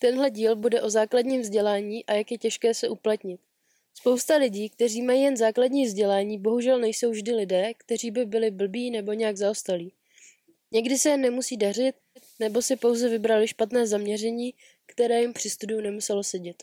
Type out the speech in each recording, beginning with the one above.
Tenhle díl bude o základním vzdělání a jak je těžké se uplatnit. Spousta lidí, kteří mají jen základní vzdělání, bohužel nejsou vždy lidé, kteří by byli blbí nebo nějak zaostalí. Někdy se jen nemusí dařit, nebo si pouze vybrali špatné zaměření, které jim při studiu nemuselo sedět.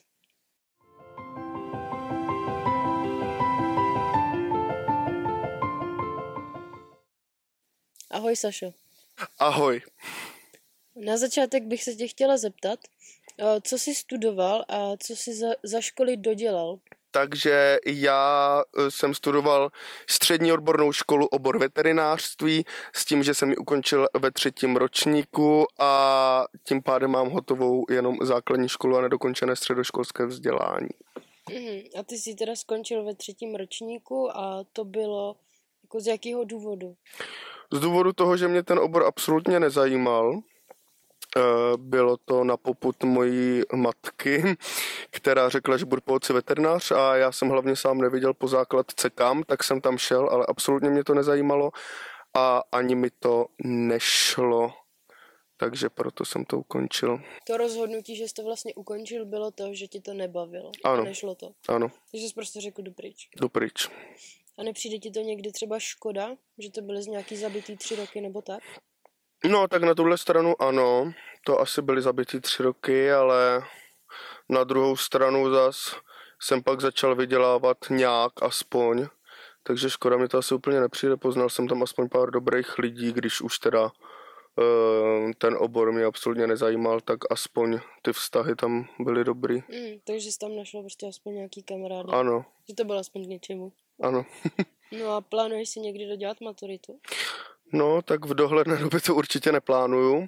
Ahoj, Sašo. Ahoj. Na začátek bych se tě chtěla zeptat, co jsi studoval a co jsi za školy dodělal? Takže já jsem studoval střední odbornou školu, obor veterinářství, s tím, že jsem ji ukončil ve 3. ročníku a tím pádem mám hotovou jenom základní školu a nedokončené středoškolské vzdělání. A ty jsi teda skončil ve 3. ročníku a to bylo jako z jakého důvodu? Z důvodu toho, že mě ten obor absolutně nezajímal. Bylo to na popud mojí matky, která řekla, že budu po otci veterinář a já jsem hlavně sám neviděl po základce kam, tak jsem tam šel, ale absolutně mě to nezajímalo a ani mi to nešlo, takže proto jsem to ukončil. To rozhodnutí, že jsi to vlastně ukončil, bylo to, že ti to nebavilo ano. A nešlo to. Ano. Takže jsi prostě řekl jdu pryč. Jdu pryč. A nepřijde ti to někdy třeba škoda, že to byly z nějaký zabitý 3 roky nebo tak? No, tak na tuhle stranu ano, to asi byly zabitý 3 roky, ale na druhou stranu zas jsem pak začal vydělávat nějak aspoň, takže škoda mi to asi úplně nepřijde, poznal jsem tam aspoň pár dobrých lidí, když už teda ten obor mě absolutně nezajímal, tak aspoň ty vztahy tam byly dobrý. Takže jsi tam našel prostě aspoň nějaký kamarády. Ano. Že to bylo aspoň k něčemu. Ano. No a plánuješ si někdy dodělat maturitu? No, tak v dohledné době to určitě neplánuju.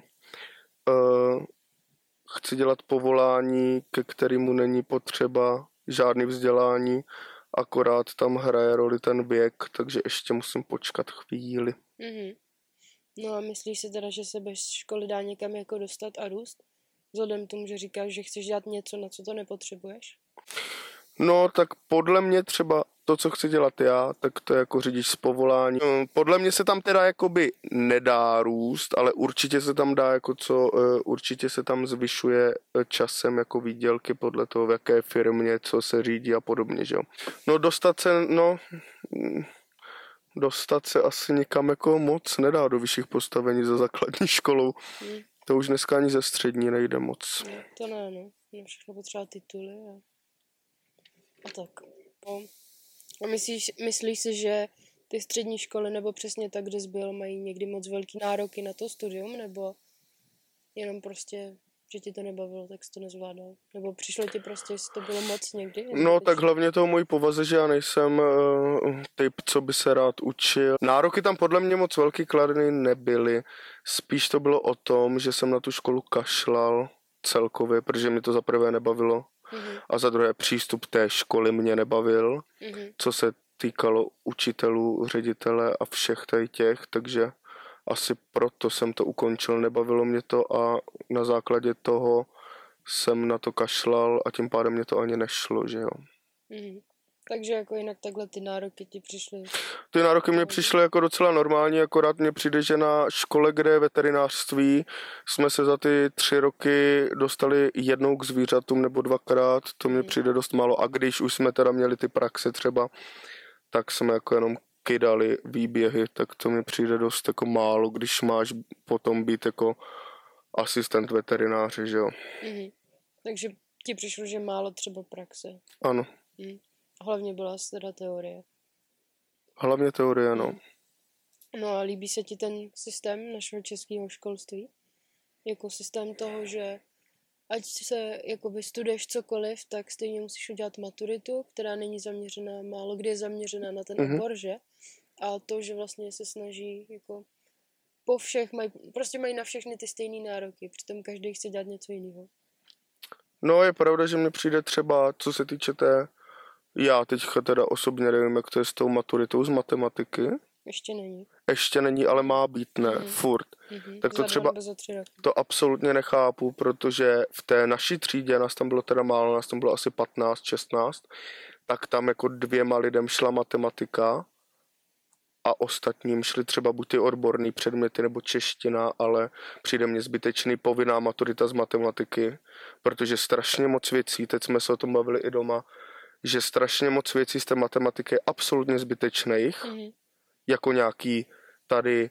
Chci dělat povolání, ke kterému není potřeba žádný vzdělání, akorát tam hraje roli ten věk, takže ještě musím počkat chvíli. No a myslíš si teda, že se bez školy dá někam jako dostat a růst? Vzhledem k tomu, že říkáš, že chceš dělat něco, na co to nepotřebuješ? No, tak podle mě třeba to, co chci dělat já, tak to je jako řidič z povolání. Podle mě se tam teda jakoby nedá růst, ale určitě se tam dá určitě se tam zvyšuje časem jako výdělky podle toho, v jaké firmě, co se řídí a podobně, že jo. No dostat se asi nikam jako moc nedá do vyšších postavení za základní školou. To už dneska ani ze střední nejde moc. No, to ne, no. Všechno potřeba tituly a tak. No. A myslíš si, že ty střední školy nebo přesně tak, kde jsi byl, mají někdy moc velký nároky na to studium, nebo jenom prostě, že ti to nebavilo, tak jsi to nezvládal? Nebo přišlo ti prostě, jestli to bylo moc někdy? No tak hlavně toho mojí povaze, že já nejsem typ, co by se rád učil. Nároky tam podle mě moc velký kladeny nebyly. Spíš to bylo o tom, že jsem na tu školu kašlal celkově, protože mě to za prvé nebavilo. A za druhé přístup té školy mě nebavil, co se týkalo učitelů, ředitele a všech těch, takže asi proto jsem to ukončil, nebavilo mě to a na základě toho jsem na to kašlal a tím pádem mě to ani nešlo, že jo. Takže jako jinak takhle ty nároky ti přišly? Ty nároky mě přišly jako docela normální, akorát mně přijde, že na škole, kde je veterinářství, jsme se za ty 3 roky dostali jednou k zvířatům nebo 2krát, to mně přijde dost málo a když už jsme teda měli ty praxe třeba, tak jsme jako jenom kydali výběhy, tak to mi přijde dost jako málo, když máš potom být jako asistent veterináře, že jo. Takže ti přišlo, že málo třeba praxe? Ano. Hlavně byla teda teorie. Hlavně teorie, no. No a líbí se ti ten systém našeho českého školství? Jako systém toho, že ať se jakoby studuješ cokoliv, tak stejně musíš udělat maturitu, která není zaměřená, málo kdy je zaměřená na ten obor, že? A to, že vlastně se snaží jako po všech, mají na všechny ty stejné nároky, přitom každý chce dělat něco jiného. No je pravda, že mně přijde třeba, co se týče já teďka teda osobně nevím, jak to je s tou maturitou z matematiky. Ještě není, ale má být, ne, furt. Tak to třeba, to absolutně nechápu, protože v té naší třídě, nás tam bylo teda málo, nás tam bylo asi 15, 16, tak tam jako 2 lidem šla matematika a ostatním šly třeba buď ty odborné předměty nebo čeština, ale přijde mně zbytečný povinná maturita z matematiky, protože strašně moc věcí, teď jsme se o tom bavili i doma, že strašně moc věcí z té matematiky je absolutně zbytečných, jako nějaký tady,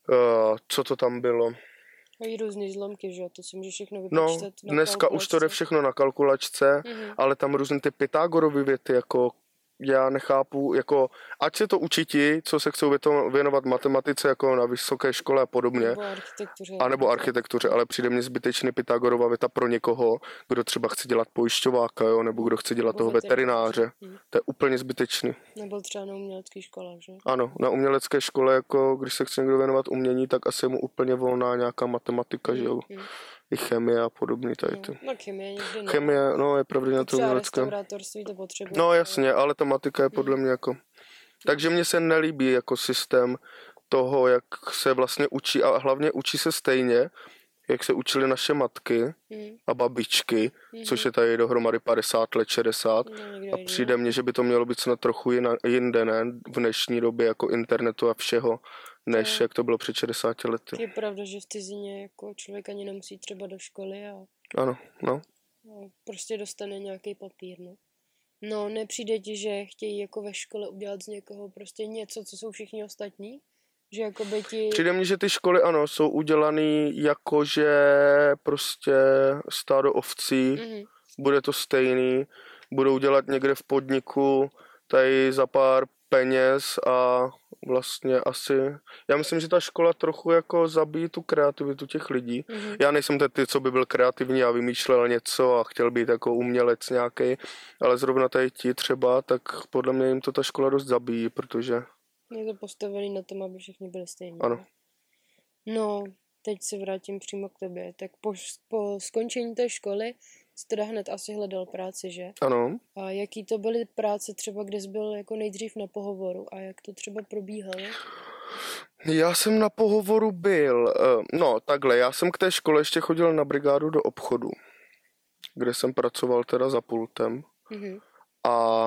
co to tam bylo. Mají různý zlomky, že jo, to si můžeš všechno No, vypočítat na dneska kalkulačce. už to jde všechno na kalkulačce, ale tam různé ty Pythagorovy věty, jako já nechápu, jako ať se to učí ti, co se chcou věnovat matematice, jako na vysoké škole a podobně, Nebo architektuře. a nebo architektuře, ale přijde mně zbytečný Pythagorova věta pro někoho, kdo třeba chce dělat pojišťováka, jo, nebo kdo chce dělat Nebo toho veterináře. To je úplně zbytečný. Nebo třeba na umělecké škole, že? Ano, na umělecké škole, jako když se chce někdo věnovat umění, tak asi je mu úplně volná nějaká matematika, že jo. I chemie a podobný tady ty. No chemie někdy ne. Chemie, no je pravda na to Třeba umělecké. restaurátorství to potřebuje. No jasně, ale ta matika je podle mě jako... Takže mně se nelíbí jako systém toho, jak se vlastně učí a hlavně učí se stejně, jak se učili naše matky a babičky, což je tady dohromady 50 let, 60. A přijde mně, že by to mělo být snad trochu jinde, ne? V dnešní době jako internetu a všeho, než jak to bylo před 60 lety. Je pravda, že v cizině jako člověk ani nemusí třeba do školy a Ano, no. prostě dostane nějaký papír, no. No, nepřijde ti, že chtějí jako ve škole udělat z někoho prostě něco, co jsou všichni ostatní? Že jako by ti... Přijde mně, že ty školy, ano, jsou udělaný jako, že prostě stádo ovcí, bude to stejný, budou dělat někde v podniku, tady za pár peněz a vlastně asi, já myslím, že ta škola trochu jako zabíjí tu kreativitu těch lidí. Já nejsem ten, co by byl kreativní a vymýšlel něco a chtěl být jako umělec nějaký, ale zrovna tady ti třeba, tak podle mě jim to ta škola dost zabíjí, protože... Je to postavený na tom, aby všichni byli stejní. Ano. No, teď se vrátím přímo k tobě. Tak po skončení té školy jsi teda hned asi hledal práci, že? Ano. A jaký to byly práce třeba, kde jsi byl jako nejdřív na pohovoru a jak to třeba probíhalo? Já jsem na pohovoru byl, no takhle, já jsem k té škole ještě chodil na brigádu do obchodu, kde jsem pracoval teda za pultem a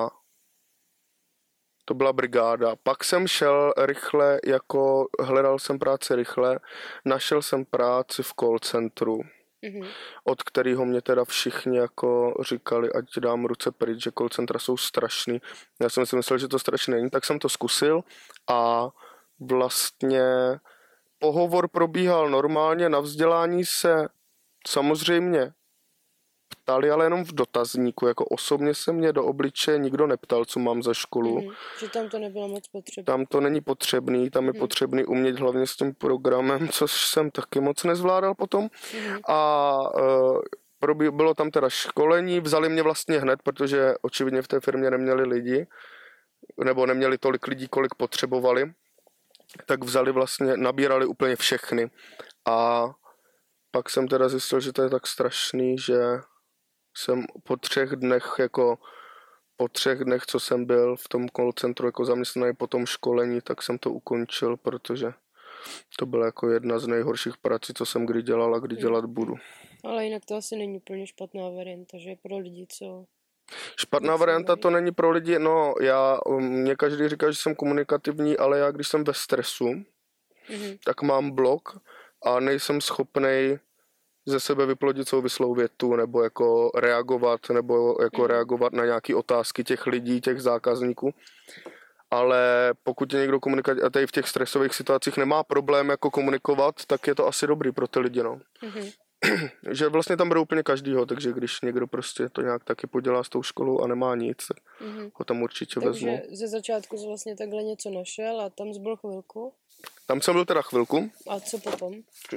to byla brigáda. Pak jsem šel rychle, jako hledal jsem práci rychle, našel jsem práci v call centru, od kterého mě teda všichni jako říkali, ať dám ruce pryč, že call centra jsou strašný. Já jsem si myslel, že to strašný není, tak jsem to zkusil a vlastně pohovor probíhal normálně, na vzdělání se samozřejmě ptali, ale jenom v dotazníku, jako osobně se mě do obličeje nikdo neptal, co mám za školu. Že tam to nebylo moc potřebné. Tam to není potřebný, tam je potřebný umět hlavně s tím programem, což jsem taky moc nezvládal potom. A bylo tam teda školení, vzali mě vlastně hned, protože očividně v té firmě neměli lidi, nebo neměli tolik lidí, kolik potřebovali, tak vzali vlastně, nabírali úplně všechny. A pak jsem teda zjistil, že to je tak strašný, že jsem po 3 dnech, co jsem byl v tom call centru jako zaměstnaný po tom školení, tak jsem to ukončil, protože to byla jako jedna z nejhorších prací, co jsem kdy dělal a kdy dělat budu. Ale jinak to asi není úplně špatná varianta, že pro lidi, co... Špatná varianta to není pro lidi, no mě každý říká, že jsem komunikativní, ale já když jsem ve stresu, tak mám blok a nejsem schopnej ze sebe vyplodit souvislou větu, nebo jako reagovat, reagovat na nějaké otázky těch lidí, těch zákazníků. Ale pokud je někdo komunikovat a tady v těch stresových situacích nemá problém jako komunikovat, tak je to asi dobrý pro ty lidi, no. Že vlastně tam berou úplně každýho, takže když někdo prostě to nějak taky podělá s tou školou a nemá nic, tak ho tam určitě vezmu. Takže ze začátku jsi vlastně takhle něco našel a tam jsi byl chvilku? Tam jsem byl teda chvilku. A co potom?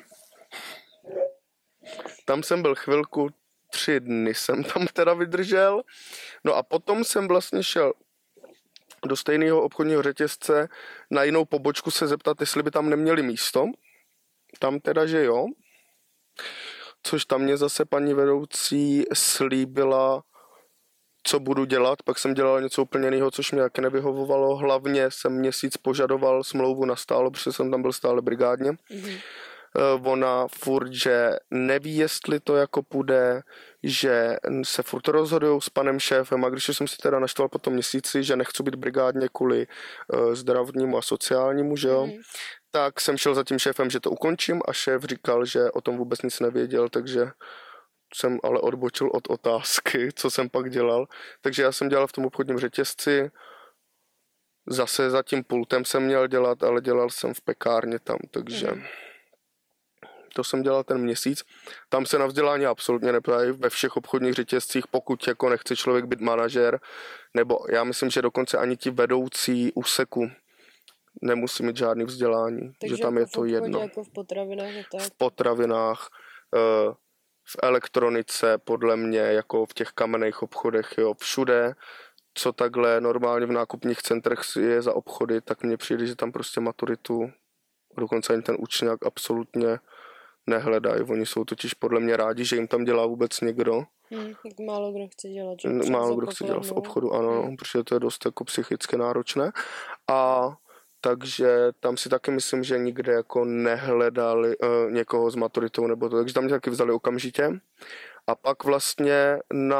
Tam jsem byl chvilku, 3 dny jsem tam teda vydržel. No a potom jsem vlastně šel do stejného obchodního řetězce na jinou pobočku se zeptat, jestli by tam neměli místo. Tam teda, že jo. Což tam mě zase paní vedoucí slíbila, co budu dělat. Pak jsem dělal něco úplně jiného, což mě taky nevyhovovalo. Hlavně jsem měsíc požadoval smlouvu na stálo, protože jsem tam byl stále brigádně. Ona furt, že neví, jestli to jako půjde, že se furt rozhodují s panem šéfem a když jsem si teda naštval po tom měsíci, že nechci být brigádně kvůli zdravotnímu a sociálnímu, že jo, tak jsem šel za tím šéfem, že to ukončím a šéf říkal, že o tom vůbec nic nevěděl, takže jsem ale odbočil od otázky, co jsem pak dělal. Takže já jsem dělal v tom obchodním řetězci, zase za tím pultem jsem měl dělat, ale dělal jsem v pekárně tam, takže to jsem dělal ten měsíc. Tam se na vzdělání absolutně neptají ve všech obchodních řetězcích, pokud jako nechce člověk být manažer, nebo já myslím, že dokonce ani ti vedoucí úseku nemusí mít žádný vzdělání, Takže že tam jako je to jedno. Jako v potravinách a tak. V potravinách, v elektronice, podle mě, jako v těch kamenných obchodech, jo, všude, co takhle normálně v nákupních centrech je za obchody, tak mně přijde, že tam prostě maturitu, dokonce ani ten učňák absolutně nehledají. Oni jsou totiž podle mě rádi, že jim tam dělá vůbec někdo. Tak málo kdo chce dělat. Málo kdo chce dělat v obchodu, ano, protože to je dost jako psychicky náročné. A takže tam si taky myslím, že nikde jako nehledali někoho s maturitou nebo to, takže tam mě taky vzali okamžitě. A pak vlastně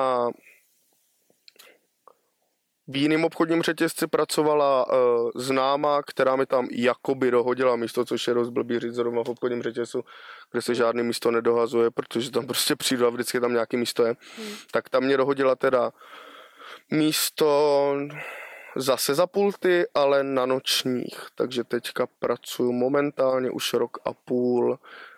v jiném obchodním řetězci pracovala známá, která mi tam jakoby dohodila místo, což je dost blbý říct zrovna v obchodním řetězcu, kde se žádný místo nedohazuje, protože tam prostě přijdu a vždycky tam nějaký místo je. Tak tam mě dohodila teda místo zase za pulty, ale na nočních. Takže teďka pracuji momentálně už rok a půl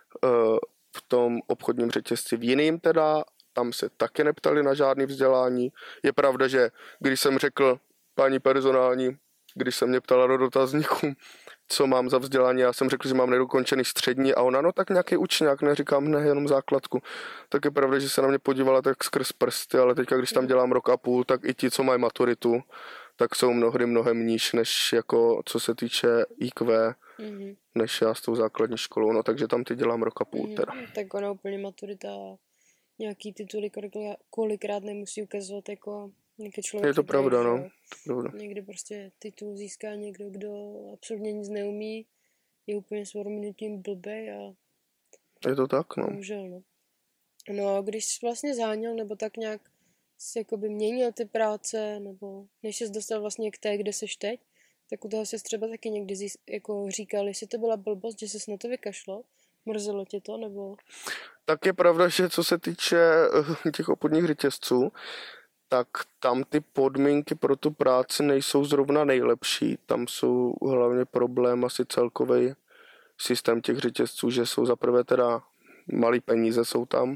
v tom obchodním řetězci v jiným teda. Tam se taky neptali na žádný vzdělání. Je pravda, že když jsem řekl paní personální, když se mě ptala do dotazníku, co mám za vzdělání, já jsem řekl, že mám nedokončený střední a ona, no tak nějaký učňák, neříkám, ne, jenom základku. Tak je pravda, že se na mě podívala tak skrz prsty, ale teďka, když tam dělám rok a půl, tak i ti, co mají maturitu, tak jsou mnohdy mnohem níž, než jako co se týče IQ, než já s tou základní školou, no takže tam ty dělám rok a půl teda. Tak ona úplně maturita, nějaký tituly kolikrát nemusí ukazovat jako nějaký člověk. Je to pravda, no. Někdy prostě titul získá někdo, kdo absolutně nic neumí, je úplně svorminutím blbej a... Je to tak, no. Bohužel, no. No a když jsi vlastně zháněl, nebo tak nějak jsi jakoby měnil ty práce, nebo než jsi dostal vlastně k té, kde seš teď, tak u toho jsi třeba taky někdy jako říkal, jestli to byla blbost, že jsi na to vykašlal, mrzelo tě to, nebo... Tak je pravda, že co se týče těch obchodních řetězců, tak tam ty podmínky pro tu práci nejsou zrovna nejlepší. Tam jsou hlavně problém asi celkový systém těch řetězců, že jsou za prvé teda malý peníze jsou tam,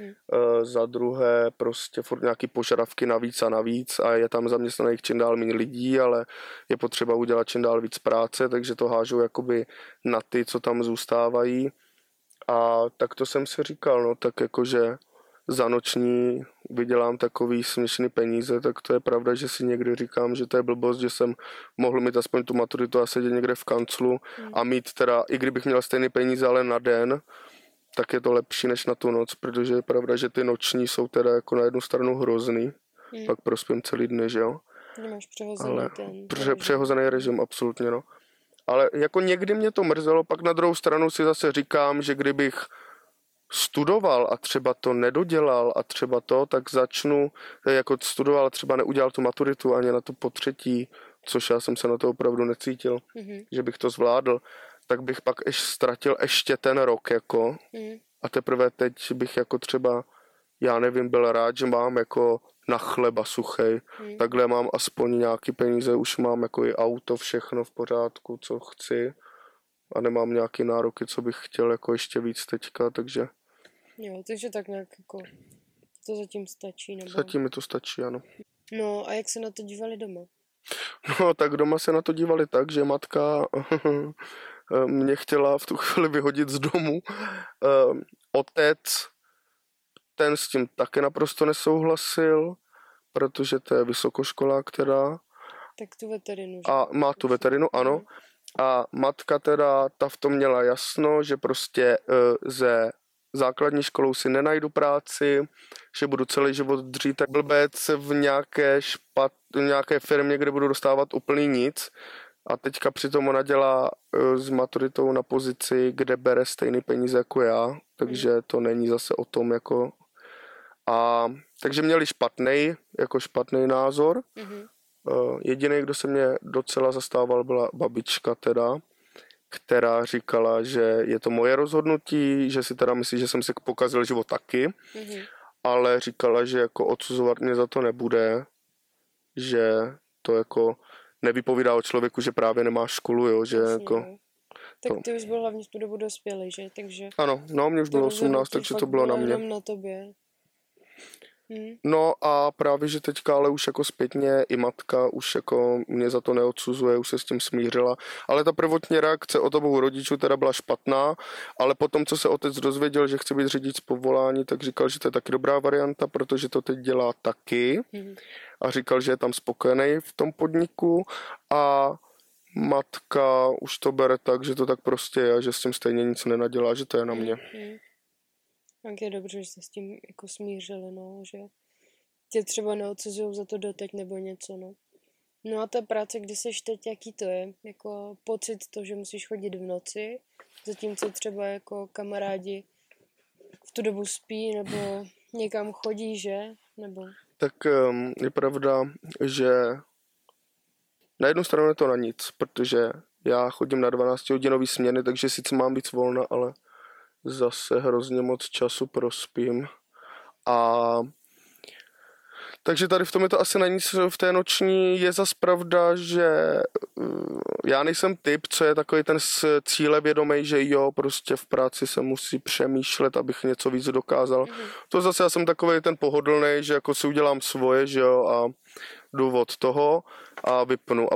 za druhé prostě furt nějaký požadavky navíc a navíc a je tam zaměstnaných čím dál méně lidí, ale je potřeba udělat čím dál víc práce, takže to hážou jakoby na ty, co tam zůstávají. A tak to jsem si říkal, no tak jakože za noční vydělám takový směšný peníze, tak to je pravda, že si někdy říkám, že to je blbost, že jsem mohl mít aspoň tu maturitu a sedět někde v kanclu a mít teda, i kdybych měl stejný peníze, ale na den, tak je to lepší než na tu noc, protože je pravda, že ty noční jsou teda jako na jednu stranu hrozný, pak prospím celý dny, že jo. Nemáš přehozený přehozený režim, absolutně, no. Ale jako někdy mě to mrzelo, pak na druhou stranu si zase říkám, že kdybych studoval a třeba to nedodělal a třeba to, tak začnu, jako studoval a třeba neudělal tu maturitu ani na tu potřetí, což já jsem se na to opravdu necítil, že bych to zvládl, tak bych pak ztratil ještě ten rok, jako, a teprve teď bych jako třeba, já nevím, byl rád, že mám jako na chleba suchej, takhle mám aspoň nějaký peníze, už mám jako i auto, všechno v pořádku, co chci a nemám nějaký nároky, co bych chtěl jako ještě víc teďka, takže... Jo, takže tak nějak jako to zatím stačí, nebo... Zatím mi to stačí, ano. No a jak se na to dívali doma? No tak doma se na to dívali tak, že matka mě chtěla v tu chvíli vyhodit z domu. Otec, ten s tím také naprosto nesouhlasil, protože to je vysokoškolák teda. Tak tu veterinu, že? A má tu veterinu, ano. A matka teda, ta v tom měla jasno, že prostě ze základní školou si nenajdu práci, že budu celý život dřít tak blbec v nějaké firmě, kde budu dostávat úplný nic. A teďka přitom ona dělá s maturitou na pozici, kde bere stejný peníze jako já, takže to není zase o tom jako... A takže měli špatný názor. Mhm. Jediný, kdo se mě docela zastával, byla babička teda, která říkala, že je to moje rozhodnutí, že si teda myslí, že jsem si pokazil život taky, Mhm. ale říkala, že jako odsuzovat mě za to nebude, že to jako nevypovídá o člověku, že právě nemá školu, jo, že Jasně, jako... no. Tak ty už byl hlavně v tu dobu dospělý, že? Takže Ano, no, mě už to bylo 18, rozhodnutí takže fakt to bylo na mě. jenom na tobě. No a právě, že teďka ale už jako zpětně i matka už jako mě za to neodsuzuje, už se s tím smířila, ale ta prvotní reakce od obou rodičů teda byla špatná, ale potom, co se otec dozvěděl, že chce být řidič z povolání, tak říkal, že to je taky dobrá varianta, protože to teď dělá taky a říkal, že je tam spokojený v tom podniku a matka už to bere tak, že to tak prostě je, že s tím stejně nic nenadělá, že to je na mě. Tak je dobře, že se s tím jako smířili, no, že tě třeba neodsuzují za to doteď nebo něco, no. No a ta práce, kde seš teď, jaký to je? Jako pocit to, že musíš chodit v noci, zatímco třeba jako kamarádi v tu dobu spí, nebo někam chodí, že? Nebo... Tak je pravda, že na jednu stranu je to na nic, protože já chodím na 12-hodinový směny, takže sice mám víc volna, ale zase hrozně moc času prospím. A takže tady v tom je to asi na nic v té noční. Je zas pravda, že já nejsem typ, co je takový ten cílevědomý, že jo, prostě v práci se musí přemýšlet, abych něco víc dokázal. To zase já jsem takový ten pohodlný, že jako si udělám svoje, že jo, a jdu od toho a vypnu.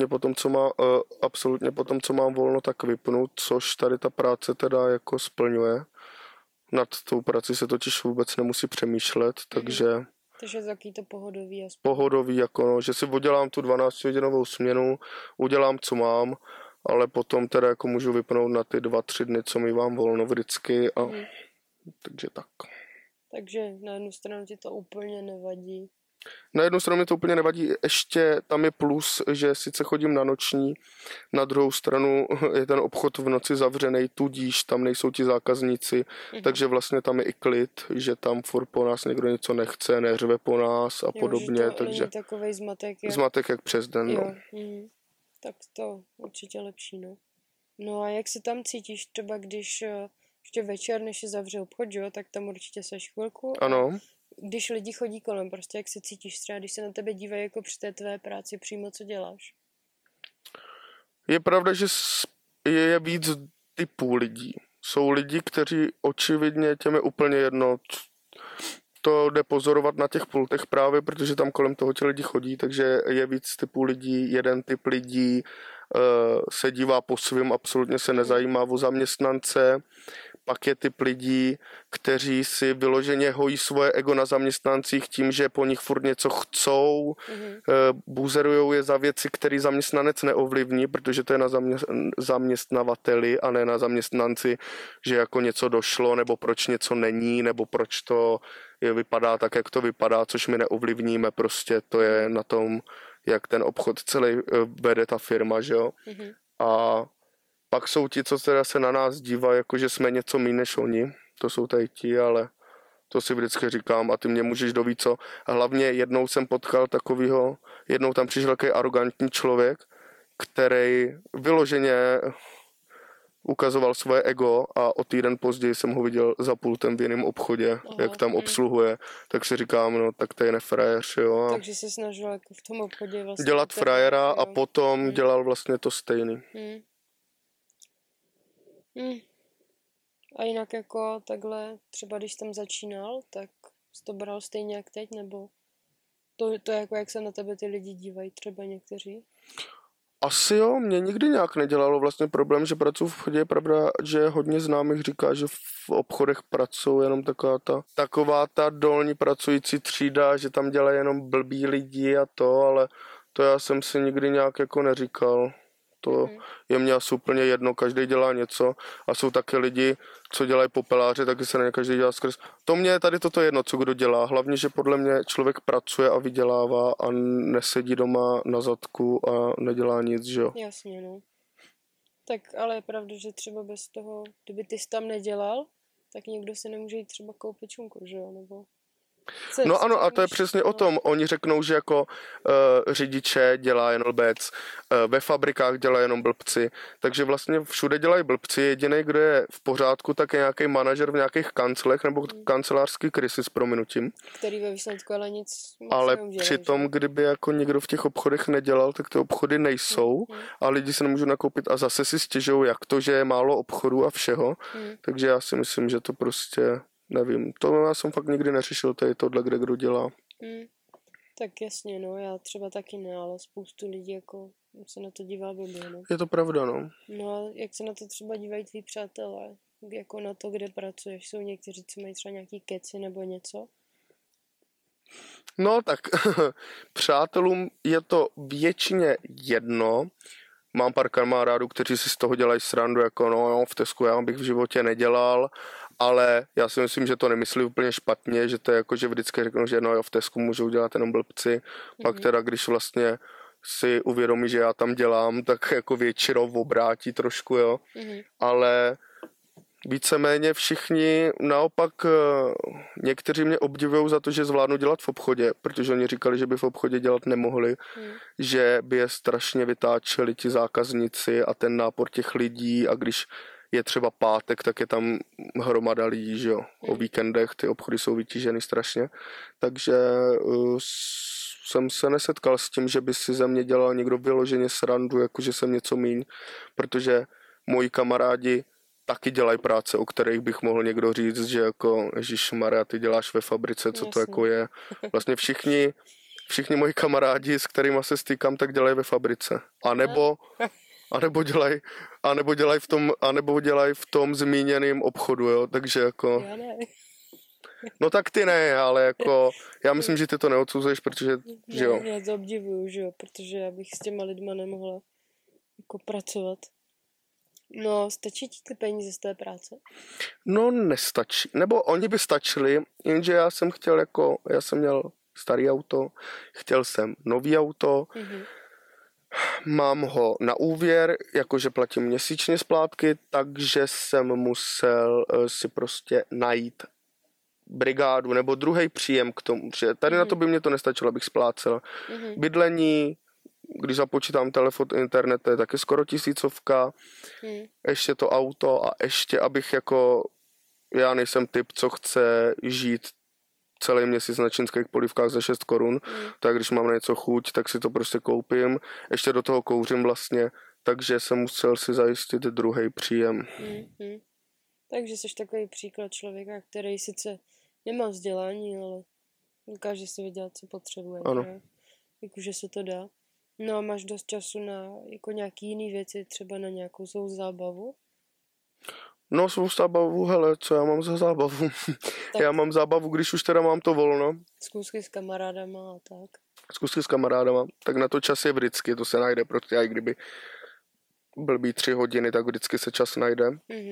Absolutně potom, co mám volno, tak vypnu, což tady ta práce teda jako splňuje. Nad tou prací se totiž vůbec nemusí přemýšlet, takže... Takže taky to pohodový aspoň. Pohodový, jako no, že si oddělám tu 12hodinovou směnu, udělám, co mám, ale potom teda jako můžu vypnout na ty 2-3 dny, co mi vám volno vždycky a takže tak. Takže na jednu stranu ti to úplně nevadí. Na jednu stranu mi to úplně nevadí, ještě tam je plus, že sice chodím na noční, na druhou stranu je ten obchod v noci zavřený, tudíž tam nejsou ti zákazníci, takže vlastně tam je i klid, že tam furt po nás někdo něco nechce, neřve po nás a podobně, Že to takže není takovej zmatek jak přes den, jo. no. Tak to určitě lepší, no. No a jak se tam cítíš třeba, když ještě večer, než je zavře obchod, jo, tak tam určitě seš chvilku. Ano. Když lidi chodí kolem, prostě jak se cítíš třeba, když se na tebe dívají jako při té tvé práci přímo, co děláš? Je pravda, že je víc typů lidí. Jsou lidi, kteří očividně těm je úplně jedno. To jde pozorovat na těch pultech právě, protože tam kolem toho ti lidi chodí, takže je víc typů lidí. Jeden typ lidí se dívá po svým, absolutně se nezajímá o zaměstnance. Pak je typ lidí, kteří si vyloženě hojí svoje ego na zaměstnancích tím, že po nich furt něco chcou, buzerujou je za věci, které zaměstnanec neovlivní, protože to je na zaměstnavateli a ne na zaměstnanci, že jako něco došlo, nebo proč něco není, nebo proč to vypadá tak, jak to vypadá, což my neovlivníme, prostě to je na tom, jak ten obchod celý vede ta firma, že jo. A pak jsou ti, co teda se na nás dívají, jako že jsme něco méně než oni. To jsou tady ti, ale to si vždycky říkám a ty mě můžeš dovít co. A hlavně jednou jsem potkal jednou tam přišel takový arrogantní člověk, který vyloženě ukazoval svoje ego a o týden později jsem ho viděl za pultem v jiném obchodě, jak tam obsluhuje, tak si říkám, no tak to je nefrajer, jo. Takže se snažil jako v tom obchodě vlastně dělat frajera a potom dělal vlastně to stejný. A jinak jako takhle, třeba když tam začínal, tak jsi to bral stejně jak teď, nebo to jako jak se na tebe ty lidi dívají, třeba někteří? Asi jo, mě nikdy nějak nedělalo vlastně problém, že pracuji v obchodě. Je pravda, že hodně známých říká, že v obchodech pracují jenom taková ta dolní pracující třída, že tam dělají jenom blbí lidi a to, ale to já jsem si nikdy nějak jako neříkal. To je mě asi úplně jedno, každý dělá něco a jsou taky lidi, co dělají popeláře, taky se ne každý dělá skrz. To mě je tady toto jedno, co kdo dělá. Hlavně, že podle mě člověk pracuje a vydělává a nesedí doma na zadku a nedělá nic, že jo. Jasně, no. Tak ale je pravda, že třeba bez toho, kdyby ty jsi tam nedělal, tak někdo si nemůže jít třeba koupit šunku, že jo, nebo... No ano, a to je přesně o tom. Oni řeknou, že jako řidiče dělá jen blbec, ve fabrikách dělá jenom blbci, takže vlastně všude dělají blbci. Jediný, kdo je v pořádku, tak je nějaký manažer v nějakých kancelech nebo kancelářský krysy s prominutím. Který ve výsledku ale nic Ale neudělá, přitom, kdyby jako nikdo v těch obchodech nedělal, tak ty obchody nejsou a lidi se nemůžou nakoupit a zase si stěžují, jak to, že je málo obchodů a všeho. Takže já si myslím, že to prostě, nevím, to já jsem fakt nikdy neřešil, tady tohle, kde kdo dělá. Tak jasně, no, já třeba taky ne, ale spoustu lidí jako se na to dívá blbě, no. Je to pravda, no. No a jak se na to třeba dívají tví přátelé? Jako na to, kde pracuješ? Jsou někteří, co mají třeba nějaký keci nebo něco? No tak přátelům je to většině jedno. Mám pár kamarádů, kteří si z toho dělají srandu, jako no v Tesku já bych v životě nedělal, ale já si myslím, že to nemyslí úplně špatně, že to je jako, že vždycky řeknou, že no jo, v Tesku můžou dělat jenom blbci, pak teda když vlastně si uvědomí, že já tam dělám, tak jako většinou obrátí trošku, jo, ale víceméně všichni, naopak někteří mě obdivují za to, že zvládnu dělat v obchodě, protože oni říkali, že by v obchodě dělat nemohli, že by je strašně vytáčeli ti zákazníci a ten nápor těch lidí a když je třeba pátek, tak je tam hromada lidí, že jo, o víkendech, ty obchody jsou vytíženy strašně, takže jsem se nesetkal s tím, že by si ze mě dělal někdo vyloženě srandu, jakože jsem něco míň, protože moji kamarádi taky dělají práce, o kterých bych mohl někdo říct, že jako ježišmarja, ty děláš ve fabrice, co to jako je. Vlastně všichni moji kamarádi, s kterými se stýkám, tak dělají ve fabrice. A nebo dělají v tom zmíněném obchodu, jo, takže jako... Já ne. No tak ty ne, ale jako já myslím, že ty to neodsuzuješ, protože, že jo. Já to obdivuju, že jo, protože já bych s těma lidma nemohla jako pracovat. No, stačí ti ty peníze z té práce? No, nestačí. Nebo oni by stačili, jenže já jsem měl starý auto, chtěl jsem nový auto, mám ho na úvěr, jakože platím měsíčně splátky, takže jsem musel si prostě najít brigádu nebo druhý příjem k tomu, že tady na to by mě to nestačilo, abych splácel. Bydlení, když započítám telefon, internet, to je taky skoro 1000, ještě to auto a ještě, abych jako, já nejsem typ, co chce žít celý měsíc na čínských polívkách za 6 korun, tak když mám na něco chuť, tak si to prostě koupím, ještě do toho kouřím vlastně, takže jsem musel si zajistit druhý příjem. Takže jsi takový příklad člověka, který sice nemá vzdělání, ale dokáže si vydělat, co potřebuje. Ano. Jakože se to dá. No a máš dost času na jako nějaký jiný věci, třeba na nějakou svou zábavu? No svou zábavu, hele, co já mám za zábavu? Já mám zábavu, když už teda mám to volno. Zkusky s kamarádama a tak. Zkusky s kamarádama, tak na to čas je vždycky, to se najde, protože i kdyby blbý 3 hodiny, tak vždycky se čas najde.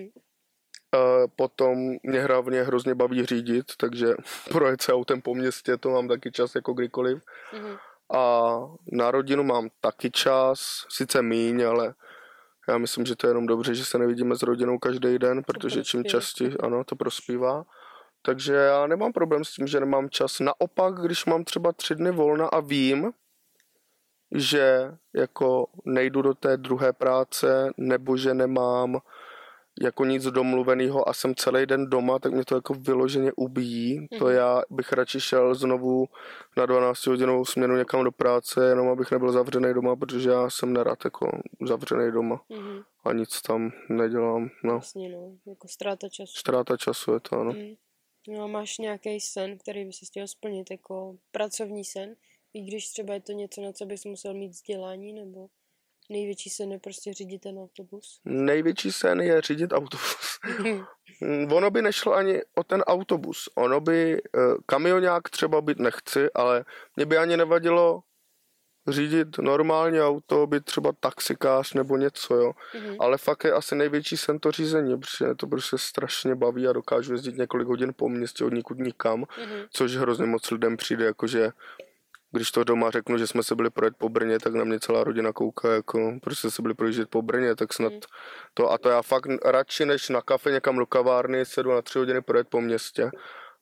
Potom mě hlavně hrozně baví řídit, takže projet se autem po městě, to mám taky čas jako kdykoliv. A na rodinu mám taky čas, sice míň, ale já myslím, že to je jenom dobře, že se nevidíme s rodinou každý den, protože čím častěji, ano, to prospívá. Takže já nemám problém s tím, že nemám čas. Naopak, když mám třeba 3 dny volna a vím, že jako nejdu do té druhé práce, nebo že nemám jako nic domluvenýho a jsem celý den doma, tak mě to jako vyloženě ubíjí. To já bych radši šel znovu na 12hodinovou směnu někam do práce, jenom abych nebyl zavřený doma, protože já jsem nerad jako zavřený doma a nic tam nedělám. No. Vlastně no, jako ztráta času. Ztráta času je to, ano. No a máš nějaký sen, který by se chtěl splnit, jako pracovní sen, i když třeba je to něco, na co bys musel mít vzdělání, nebo největší sen je prostě řídit ten autobus? Největší sen je řídit autobus. Ono by nešlo ani o ten autobus. Ono by, kamionák třeba být nechci, ale mě by ani nevadilo řídit normálně auto, být třeba taxikář nebo něco, jo. Ale fakt je asi největší sen to řízení, protože to prostě strašně baví a dokážu jezdit několik hodin po městě od nikud nikam, což hrozně moc lidem přijde, jakože když to doma řeknu, že jsme se byli projet po Brně, tak na mě celá rodina kouká, jako prostě se byli projíždět po Brně, tak snad to. A to já fakt radši než na kafe někam do kavárny sedu na 3 hodiny projet po městě.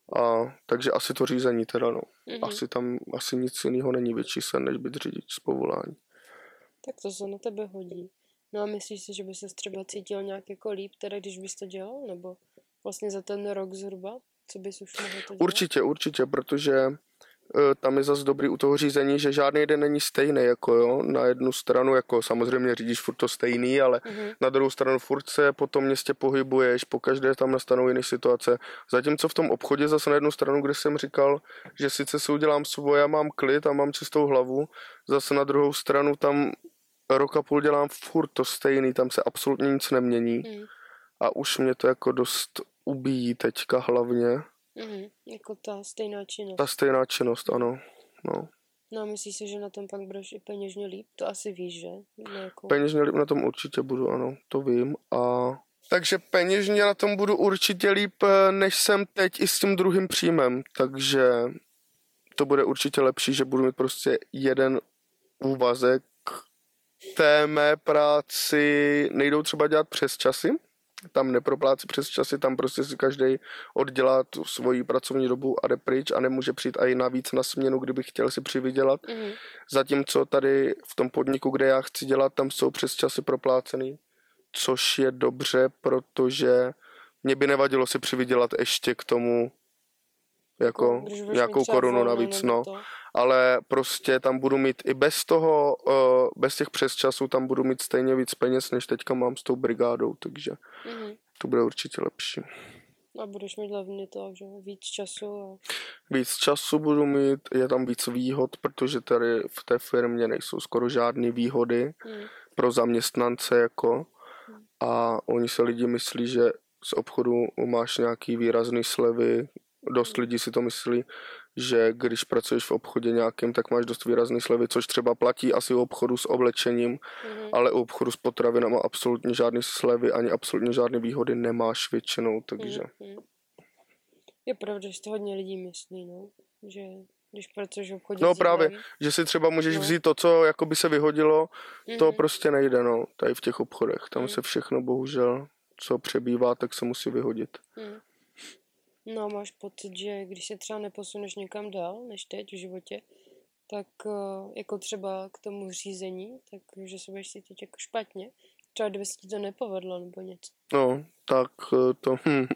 Takže asi to řízení teda, no. Mhm. Asi nic jiného není větší sen, než být řidič z povolání. Tak to se na tebe hodí. No a myslíš si, že by ses třeba cítil nějak jako líp, teda když bys to dělal? Nebo vlastně za ten rok zhruba? Co bys už mohl to dělat? Určitě, protože tam je zase dobrý u toho řízení, že žádný den není stejný, jako jo, na jednu stranu, jako samozřejmě řídíš furt to stejný, ale na druhou stranu furt se po tom městě pohybuješ, pokaždé tam nastanou jiné situace. Zatímco v tom obchodě zase na jednu stranu, kde jsem říkal, že sice si udělám svoje a mám klid a mám čistou hlavu, zase na druhou stranu tam rok a půl dělám furt to stejný, tam se absolutně nic nemění a už mě to jako dost ubíjí teďka hlavně. Jako ta stejná činnost. Ta stejná činnost, ano. No. No a myslíš si, že na tom pak budeš i peněžně líp? To asi víš, že? No, jako... Peněžně líp na tom určitě budu, ano, to vím. Takže peněžně na tom budu určitě líp, než jsem teď i s tím druhým příjmem. Takže to bude určitě lepší, že budu mít prostě jeden úvazek. Té mé práci nejdou třeba dělat přes časy, tam neproplácí přes časy, tam prostě si každý oddělá tu svoji pracovní dobu a jde pryč a nemůže přijít i navíc na směnu, kdyby chtěl si přivydělat. Zatímco tady v tom podniku, kde já chci dělat, tam jsou přes časy proplácený, což je dobře, protože mě by nevadilo si přivydělat ještě k tomu jako nějakou korunu navíc, no. Ale prostě tam budu mít i bez toho, bez těch přesčasů tam budu mít stejně víc peněz, než teďka mám s tou brigádou, takže to bude určitě lepší. A budeš mít hlavně to, že víc času a... Víc času budu mít, je tam víc výhod, protože tady v té firmě nejsou skoro žádné výhody pro zaměstnance, jako. A oni se lidi myslí, že z obchodu máš nějaký výrazný slevy, dost lidí si to myslí, že když pracuješ v obchodě nějakým, tak máš dost výrazný slevy, což třeba platí asi u obchodu s oblečením, ale u obchodu s potravinama absolutně žádný slevy ani absolutně žádné výhody nemáš většinou, takže... Je pravda, že to hodně lidí myslí, no, že když pracuješ v obchodě no právě, že si třeba můžeš vzít to, co jako by se vyhodilo, to prostě nejde, no, tady v těch obchodech, tam se všechno bohužel, co přebývá, tak se musí vyhodit. No, máš pocit, že když se třeba neposuneš někam dál, než teď v životě, tak jako třeba k tomu řízení, takže se budeš cítit jako špatně. Třeba kdyby se ti to nepovedlo nebo něco. No, tak to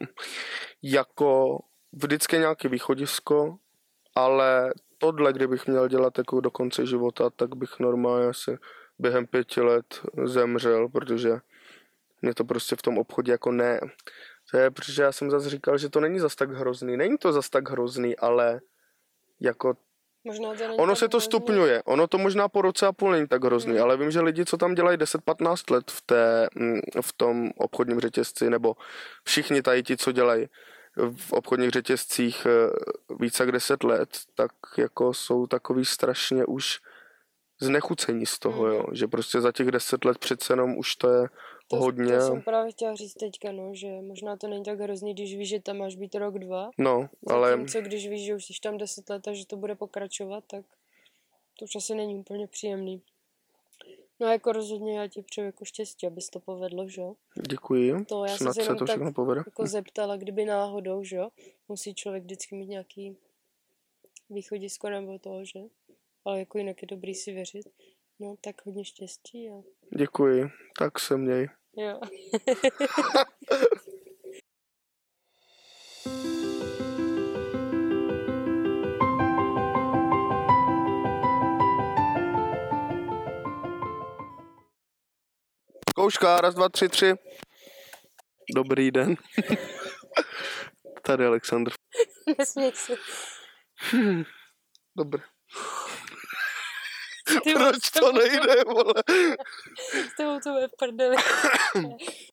jako vždycky nějaké východisko, ale tohle, kdybych měl dělat jako do konce života, tak bych normálně asi během 5 let zemřel, protože mě to prostě v tom obchodě jako ne... To je, protože já jsem zase říkal, že to není zas tak hrozný. Není to zas tak hrozný, ale jako... Možná to ono se to hrozný. Stupňuje. Ono to možná po roce a půl není tak hrozný, ale vím, že lidi, co tam dělají 10-15 let v tom obchodním řetězci, nebo všichni tady ti, co dělají v obchodních řetězcích více jak 10 let, tak jako jsou takový strašně už znechucení z toho, jo. Že prostě za těch 10 let přece jenom už to je hodně. To jsem právě chtěla říct teďka, no, že možná to není tak hrozný, když víš, že tam máš být rok, 2. No, ale... Zatímco, když víš, že už jsi tam 10 let a že to bude pokračovat, tak to už asi není úplně příjemný. No jako rozhodně já ti přeju jako štěstí, abys to povedlo, že jo? Děkuji. To já jsem se jenom tak jako zeptala, kdyby náhodou, že jo? Musí člověk vždycky mít nějaký východisko nebo toho, že? Ale jako jinak je dobrý si věřit. No, tak hodně štěstí a... Děkuji, tak se měj. Jo. Zkouška, 1, 2, 3, 3. Dobrý den. Tady Alexandr. Nesměj se. Dobrý. Proč to nejde, vole? S tebou to bude v prdeli.